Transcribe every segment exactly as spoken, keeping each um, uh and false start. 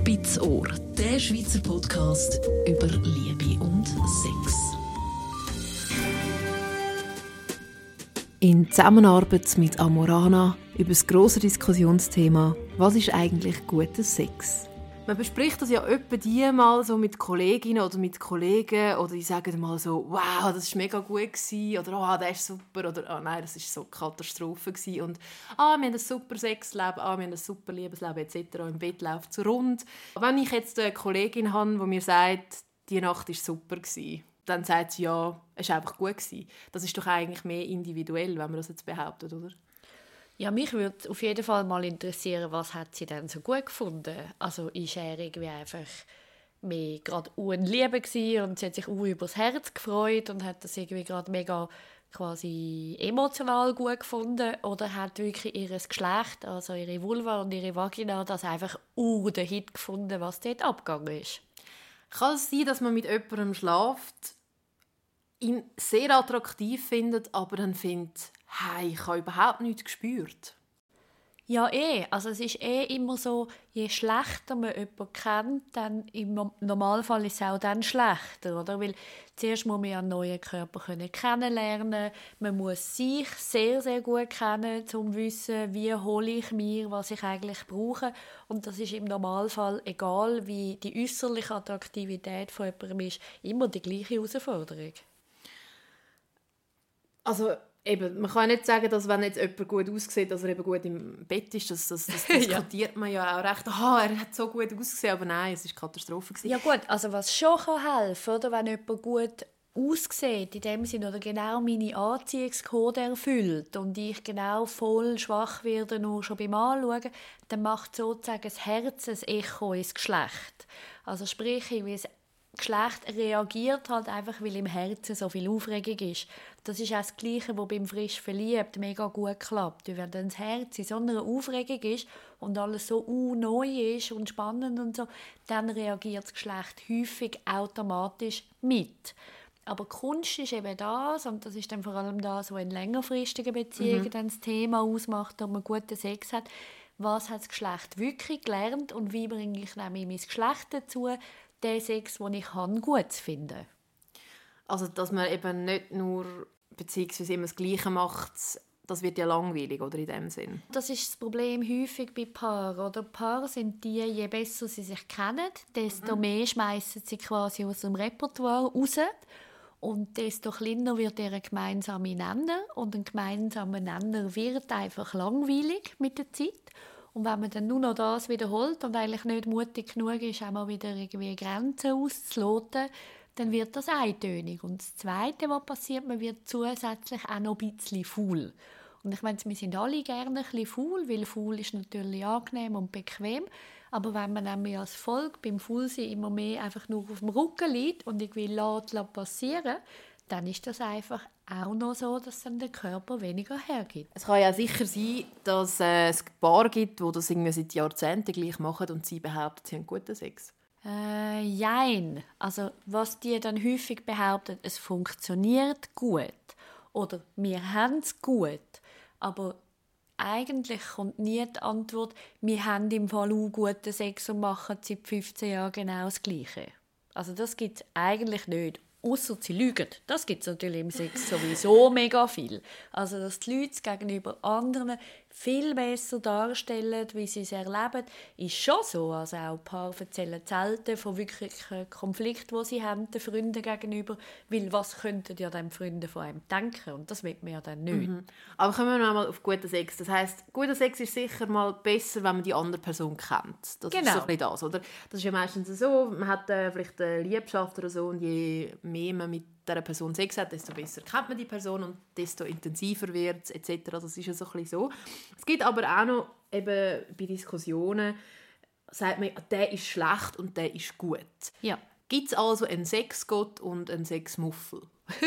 Spitz Ohr, der Schweizer Podcast über Liebe und Sex. In Zusammenarbeit mit Amorana über das grosse Diskussionsthema «Was ist eigentlich guter Sex?». Man bespricht das ja etwa die mal so mit Kolleginnen oder mit Kollegen oder die sagen mal so «Wow, das war mega gut» oder «Oh, das ist super» oder «Oh nein, das war so eine Katastrophe» und «Ah, wir haben ein super Sexleben», «Ah, wir haben ein super Liebesleben» et cetera. Im Bett läuft es rund. Wenn ich jetzt eine Kollegin habe, die mir sagt, «Die Nacht war super», dann sagt sie «Ja, es war einfach gut». Das ist doch eigentlich mehr individuell, wenn man das jetzt behauptet, oder? Ja, mich würde auf jeden Fall mal interessieren, was hat sie denn so gut gefunden? Also ist er irgendwie einfach mehr gerade Liebe gsi und sie hat sich über das Herz gefreut und hat das irgendwie gerade mega quasi emotional gut gefunden, oder hat wirklich ihr Geschlecht, also ihre Vulva und ihre Vagina, das einfach uh, den Hit gefunden, was dort abgegangen ist? Kann es sein, dass man mit jemandem schläft, ihn sehr attraktiv findet, aber dann findet, hey, ich habe überhaupt nichts gespürt? Ja, eh. Also es ist eh immer so, je schlechter man jemanden kennt, dann im Normalfall ist es auch dann schlechter, oder? Weil zuerst muss man ja einen neuen Körper kennenlernen. Man muss sich sehr, sehr gut kennen, um zu wissen, wie hole ich mir, was ich eigentlich brauche. Und das ist im Normalfall, egal wie die äußerliche Attraktivität von jemandem ist, immer die gleiche Herausforderung. Also eben, man kann nicht sagen, dass wenn jetzt jemand gut aussieht, dass er eben gut im Bett ist. Das, das, das diskutiert ja. man ja auch recht. Ah, er hat so gut ausgesehen, aber nein, es war Katastrophe. Ja gut, also was schon helfen kann, oder, wenn jemand gut aussieht, in dem Sinne, oder genau meine Anziehungscode erfüllt und ich genau voll schwach werde, nur schon beim Anschauen, dann macht sozusagen das Herz ein Echo ins Geschlecht. Also sprich, wie es Geschlecht reagiert halt einfach, weil im Herzen so viel Aufregung ist. Das ist auch das Gleiche, was beim frisch verliebt mega gut klappt. Wenn dann das Herz in so einer Aufregung ist und alles so uh, neu ist und spannend und so, dann reagiert das Geschlecht häufig automatisch mit. Aber Kunst ist eben das, und das ist dann vor allem das, was in längerfristigen Beziehungen mhm. dann das Thema ausmacht, ob man guten Sex hat. Was hat das Geschlecht wirklich gelernt und wie bringe ich nämlich mein Geschlecht dazu, den Sex, den ich habe, gut zu finden? Also, dass man eben nicht nur beziehungsweise immer das Gleiche macht, das wird ja langweilig, oder, in dem Sinn? Das ist das Problem häufig bei Paaren. Oder? Paare sind die, je besser sie sich kennen, desto mhm. mehr schmeißen sie quasi aus dem Repertoire raus. Und desto kleiner wird ihr gemeinsame Nenner. Und ein gemeinsamer Nenner wird einfach langweilig mit der Zeit. Und wenn man dann nur noch das wiederholt und eigentlich nicht mutig genug ist, auch mal wieder irgendwie Grenzen auszuloten, dann wird das eintönig. Und das Zweite, was passiert, man wird zusätzlich auch noch ein bisschen faul. Und ich meine, wir sind alle gerne ein bisschen faul, weil faul ist natürlich angenehm und bequem. Aber wenn man nämlich als Volk beim Faulsein immer mehr einfach nur auf dem Rücken liegt und irgendwie lässt passieren, dann ist das einfach auch noch so, dass dann der Körper weniger hergibt. Es kann ja sicher sein, dass äh, es Paare gibt, die das irgendwie seit Jahrzehnten gleich machen und sie behaupten, sie haben guten Sex. Äh, jein. Also, was die dann häufig behaupten, es funktioniert gut oder wir haben es gut, aber eigentlich kommt nie die Antwort, wir haben im Fall auch guten Sex und machen seit fünfzehn Jahren genau das Gleiche. Also das gibt es eigentlich nicht. Ausser sie lügen. Das gibt es natürlich im Sex sowieso mega viel. Also, dass die Leute es gegenüber anderen viel besser darstellen, wie sie es erleben, ist schon so. Also auch Paare erzählen selten von wirklichen Konflikten, die sie haben, den Freunden gegenüber. Weil was könnten ja dann Freunde von einem denken? Und das will man ja dann nicht. Mhm. Aber kommen wir noch einmal auf guten Sex. Das heisst, guter Sex ist sicher mal besser, wenn man die andere Person kennt. Das genau. ist so ein bisschen das, oder? Das ist ja meistens so, man hat äh, vielleicht eine Liebschaft oder so und je mehr man mit dieser Person Sex hat, desto besser kennt man die Person und desto intensiver wird es et cetera. Das ist ja so ein bisschen so. Es gibt aber auch noch eben bei Diskussionen, sagt man, der ist schlecht und der ist gut. Ja. Gibt es also einen Sexgott und einen Sexmuffel?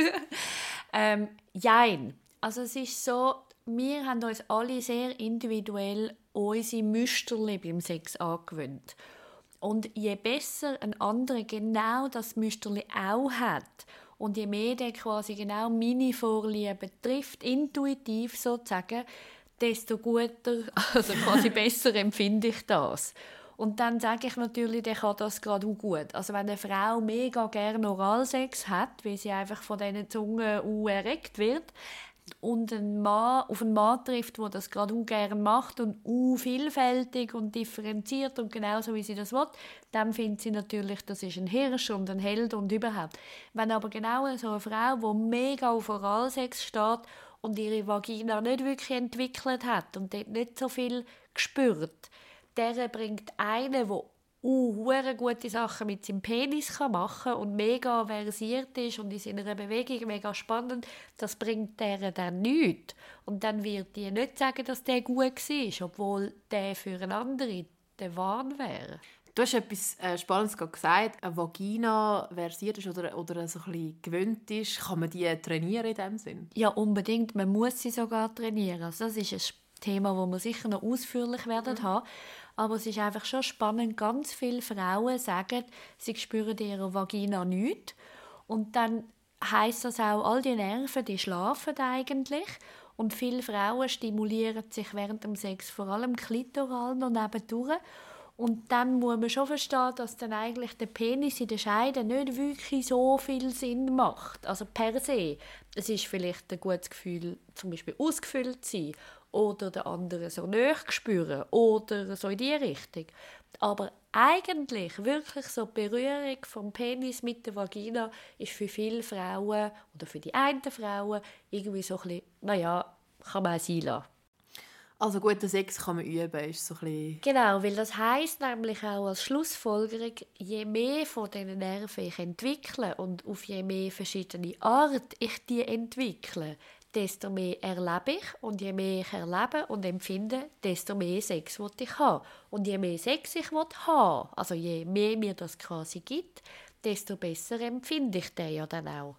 ähm, jein. Also es ist so, wir haben uns alle sehr individuell unsere Müsterli beim Sex angewöhnt. Und je besser ein anderer genau das Müsterli auch hat und je mehr der quasi genau meine Vorlieben trifft, intuitiv sozusagen, desto guter, also quasi besser empfinde ich das. Und dann sage ich natürlich, der kann das gerade auch gut. Also wenn eine Frau mega gerne Oralsex hat, weil sie einfach von diesen Zungen auch erregt wird, und einen Mann, auf einen Mann trifft, der das gerade auch gerne macht und auch vielfältig und differenziert und genauso, wie sie das will, dann findet sie natürlich, das ist ein Hirsch und ein Held und überhaupt. Wenn aber genau so eine Frau, die mega auf Oralsex steht und ihre Vagina nicht wirklich entwickelt hat und dort nicht so viel gespürt, der bringt einen, der uh, gute Sachen mit seinem Penis kann machen und mega versiert ist und in seiner Bewegung mega spannend, das bringt der dann nichts. Und dann wird die nicht sagen, dass der gut war, obwohl der für einen anderen der Wahn wäre. Du hast etwas äh, Spannendes gesagt. Eine Vagina versiert ist oder, oder so ein bisschen gewöhnt ist. Kann man die trainieren in diesem Sinn? Ja, unbedingt. Man muss sie sogar trainieren. Also das ist ein Thema, das wir sicher noch ausführlich werden mhm. haben. Aber es ist einfach schon spannend. Ganz viele Frauen sagen, sie spüren ihre Vagina nicht. Und dann heisst das auch, all die Nerven, die schlafen eigentlich. Und viele Frauen stimulieren sich während dem Sex vor allem klitoral noch nebendurch. Und dann muss man schon verstehen, dass dann eigentlich der Penis in der Scheide nicht wirklich so viel Sinn macht. Also per se. Es ist vielleicht ein gutes Gefühl, zum Beispiel ausgefüllt zu sein oder den anderen so nahe spüren oder so in die Richtung. Aber eigentlich wirklich so die Berührung vom Penis mit der Vagina ist für viele Frauen oder für die einen Frauen irgendwie so ein bisschen, naja, kann man auch sein lassen. Also guten Sex kann man üben, ist so ein bisschen... Genau, weil das heisst nämlich auch als Schlussfolgerung, je mehr von diesen Nerven ich entwickle und auf je mehr verschiedene Art ich die entwickle, desto mehr erlebe ich. Und je mehr ich erlebe und empfinde, desto mehr Sex will ich haben. Und je mehr Sex ich will haben, also je mehr mir das quasi gibt, desto besser empfinde ich den ja dann auch.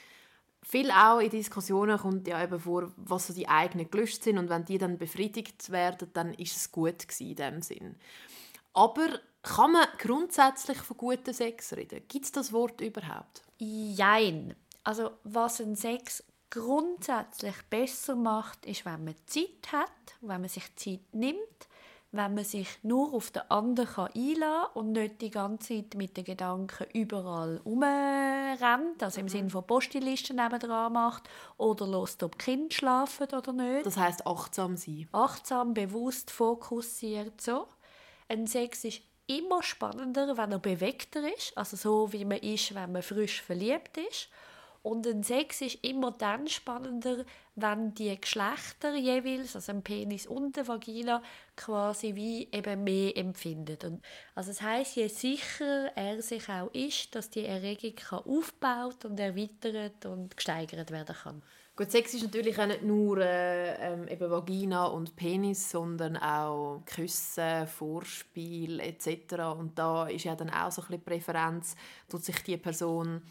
Viel auch in Diskussionen kommt ja eben vor, was so die eigenen Gelüste sind und wenn die dann befriedigt werden, dann ist es gut gewesen in dem Sinn. Aber kann man grundsätzlich von gutem Sex reden? Gibt es das Wort überhaupt? Jein. Also was ein Sex grundsätzlich besser macht, ist, wenn man Zeit hat, wenn man sich Zeit nimmt, wenn man sich nur auf den anderen einlassen kann und nicht die ganze Zeit mit den Gedanken überall rumrennt, also im mhm. Sinne von Postillisten nebendran macht oder hört, ob die Kinder schlafen oder nicht. Das heisst achtsam sein. Achtsam, bewusst, fokussiert, so. Ein Sex ist immer spannender, wenn er bewegter ist, also so, wie man ist, wenn man frisch verliebt ist. Und ein Sex ist immer dann spannender, wenn die Geschlechter jeweils, also ein Penis und eine Vagina, quasi wie eben mehr empfinden. Und also das heisst, je sicherer er sich auch ist, dass die Erregung aufgebaut und erweitert und gesteigert werden kann. Gut, Sex ist natürlich auch nicht nur äh, eben Vagina und Penis, sondern auch Küssen, Vorspiel et cetera. Und da ist ja dann auch so ein bisschen Präferenz, tut sich die Person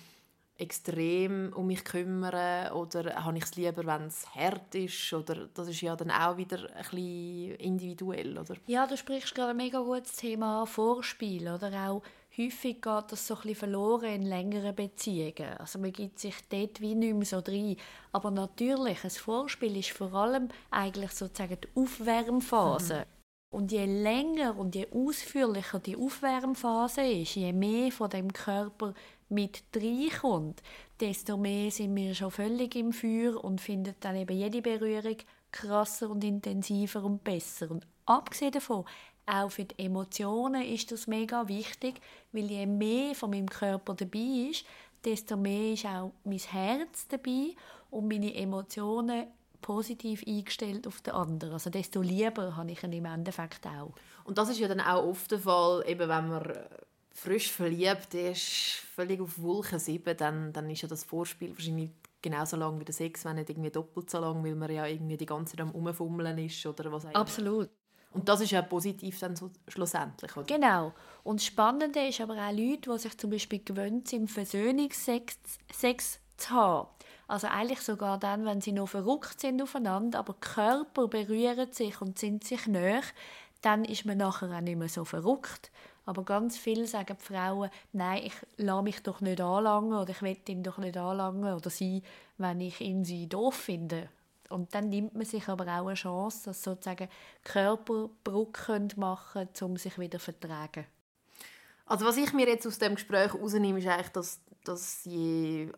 extrem um mich kümmern oder habe ich es lieber, wenn es hart ist, oder das ist ja dann auch wieder ein bisschen individuell, oder? Ja, du sprichst gerade ein mega gutes Thema an, Vorspiel, oder auch häufig geht das so ein bisschen verloren in längeren Beziehungen. Also man gibt sich dort wie nicht mehr so rein. Aber natürlich, ein Vorspiel ist vor allem eigentlich sozusagen die Aufwärmphase. Mhm. Und je länger und je ausführlicher die Aufwärmphase ist, je mehr von dem Körper mit reinkommt, desto mehr sind wir schon völlig im Feuer und finden dann eben jede Berührung krasser und intensiver und besser. Und abgesehen davon, auch für die Emotionen ist das mega wichtig, weil je mehr von meinem Körper dabei ist, desto mehr ist auch mein Herz dabei und meine Emotionen positiv eingestellt auf den anderen. Also desto lieber habe ich ihn im Endeffekt auch. Und das ist ja dann auch oft der Fall, eben wenn man frisch verliebt ist, völlig auf Wolke sieben, dann, dann ist ja das Vorspiel wahrscheinlich genauso lang wie der Sex, wenn nicht irgendwie doppelt so lang, weil man ja irgendwie die ganze Zeit am Rumfummeln ist oder was auch immer. Absolut. Und das ist ja positiv dann so schlussendlich, oder? Genau. Und das Spannende ist aber auch Leute, die sich zum Beispiel gewöhnt sind, Versöhnungsex Sex zu haben. Also eigentlich sogar dann, wenn sie noch verrückt sind aufeinander, aber die Körper berühren sich und sind sich nahe, dann ist man nachher auch nicht mehr so verrückt. Aber ganz viel sagen die Frauen, nein, ich lasse mich doch nicht anlangen oder ich will ihn doch nicht anlangen oder sie, wenn ich ihn sie doof finde. Und dann nimmt man sich aber auch eine Chance, dass sozusagen Körperbrücke machen können, um sich wieder zu vertragen. Also was ich mir jetzt aus dem Gespräch herausnehme, ist eigentlich, dass, dass je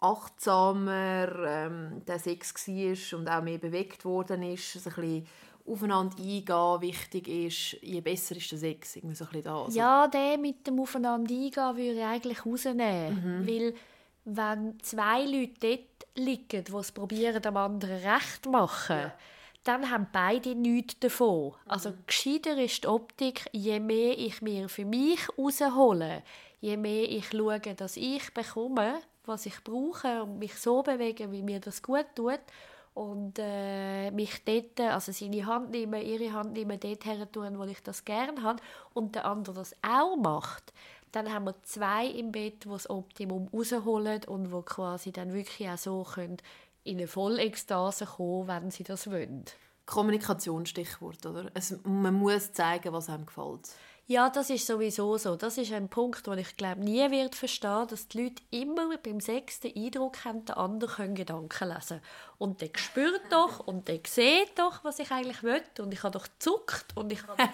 achtsamer ähm, der Sex war und auch mehr bewegt worden ist, also ein bisschen aufeinander eingehen wichtig ist, je besser ist der Sex. Irgendwie so ein bisschen da. Also ja, der mit dem Aufeinander eingehen würde ich eigentlich rausnehmen. Mhm. Weil wenn zwei Leute dort liegen, die es probieren, dem anderen recht zu machen, ja. dann haben beide nichts davon. Also mhm. gescheiter ist die Optik, je mehr ich mir für mich raushole, je mehr ich schaue, dass ich bekomme, was ich brauche und mich so bewege, wie mir das gut tut und äh, mich dort, also seine Hand nehmen, ihre Hand nehmen, dort her tun, wo ich das gerne habe und der andere das auch macht, dann haben wir zwei im Bett, die das Optimum rausholen und die quasi dann wirklich auch so können in eine Vollekstase kommen, wenn sie das wollen. Kommunikationsstichwort, oder? Es, man muss zeigen, was einem gefällt. Ja, das ist sowieso so. Das ist ein Punkt, den ich glaube nie wird verstehen, dass die Leute immer beim Sex den Eindruck haben, der andere kann Gedanken lesen. Und der spürt doch und der sieht doch, was ich eigentlich will. Und ich habe doch gezuckt und ich habe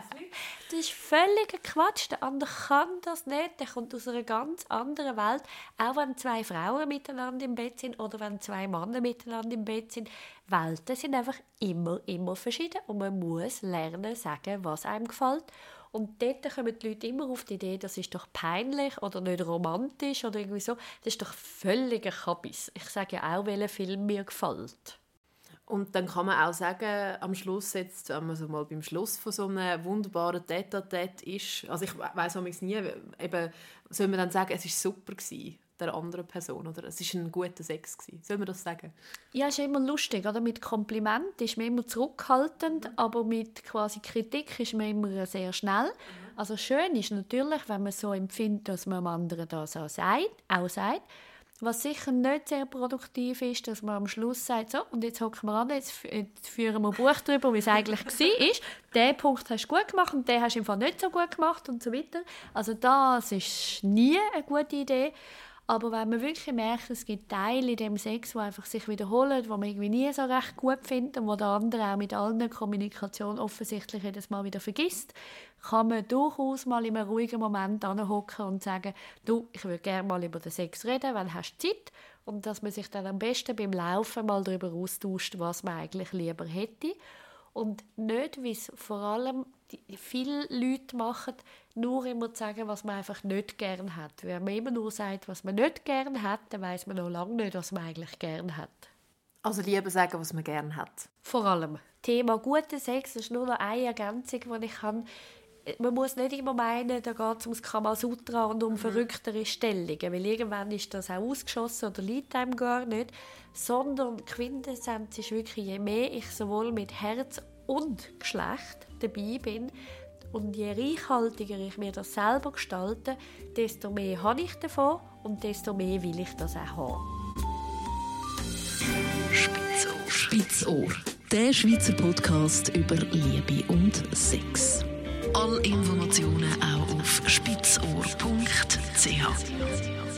das ist völliger Quatsch. Der andere kann das nicht. Der kommt aus einer ganz anderen Welt. Auch wenn zwei Frauen miteinander im Bett sind oder wenn zwei Männer miteinander im Bett sind. Welten sind einfach immer, immer verschieden. Und man muss lernen, sagen, was einem gefällt. Und dort kommen die Leute immer auf die Idee, das ist doch peinlich oder nicht romantisch oder irgendwie so. Das ist doch völliger Kabis. Ich sage ja auch, welcher Film mir gefällt. Und dann kann man auch sagen, am Schluss, jetzt, wenn man so mal beim Schluss von so einem wunderbaren Tête-à-Tête ist, also ich weiss auch nie, eben, soll man dann sagen, es war super gewesen, der anderen Person, oder es war ein guter Sex gewesen. Soll man das sagen? Ja, es ist immer lustig, oder? Mit Kompliment ist man immer zurückhaltend, mhm. aber mit quasi Kritik ist man immer sehr schnell. Mhm. Also schön ist natürlich, wenn man so empfindet, dass man dem anderen das auch sagt, auch sagt. Was sicher nicht sehr produktiv ist, dass man am Schluss sagt, so, und jetzt hocken wir an, jetzt, jetzt führen wir ein Buch darüber, wie es eigentlich war. Den Punkt hast du gut gemacht und den hast du im Fall nicht so gut gemacht und so weiter. Also das ist nie eine gute Idee. Aber wenn man wirklich merkt, es gibt Teile in dem Sex, die einfach sich wiederholen, die man irgendwie nie so recht gut findet und wo der andere auch mit allen Kommunikation offensichtlich jedes Mal wieder vergisst, kann man durchaus mal in einem ruhigen Moment anhocken und sagen, du, ich würde gerne mal über den Sex reden, weil hast du Zeit? Und dass man sich dann am besten beim Laufen mal darüber austauscht, was man eigentlich lieber hätte. Und nicht, wie es vor allem die, viele Leute machen, nur immer zu sagen, was man einfach nicht gerne hat. Wenn man immer nur sagt, was man nicht gerne hat, dann weiss man noch lange nicht, was man eigentlich gerne hat. Also lieber sagen, was man gerne hat. Vor allem. Thema guter Sex ist nur noch eine Ergänzung, die ich kann. Man muss nicht immer meinen, da geht es ums Kamasutra und um mhm. verrücktere Stellungen, weil irgendwann ist das auch ausgeschossen oder liegt einem gar nicht, sondern die Quintessenz ist wirklich, je mehr ich sowohl mit Herz und Geschlecht dabei bin und je reichhaltiger ich mir das selber gestalte, desto mehr habe ich davon und desto mehr will ich das auch haben. Spitzohr. Spitzohr. Der Schweizer Podcast über Liebe und Sex. Alle Informationen auch auf spitzohr punkt c h.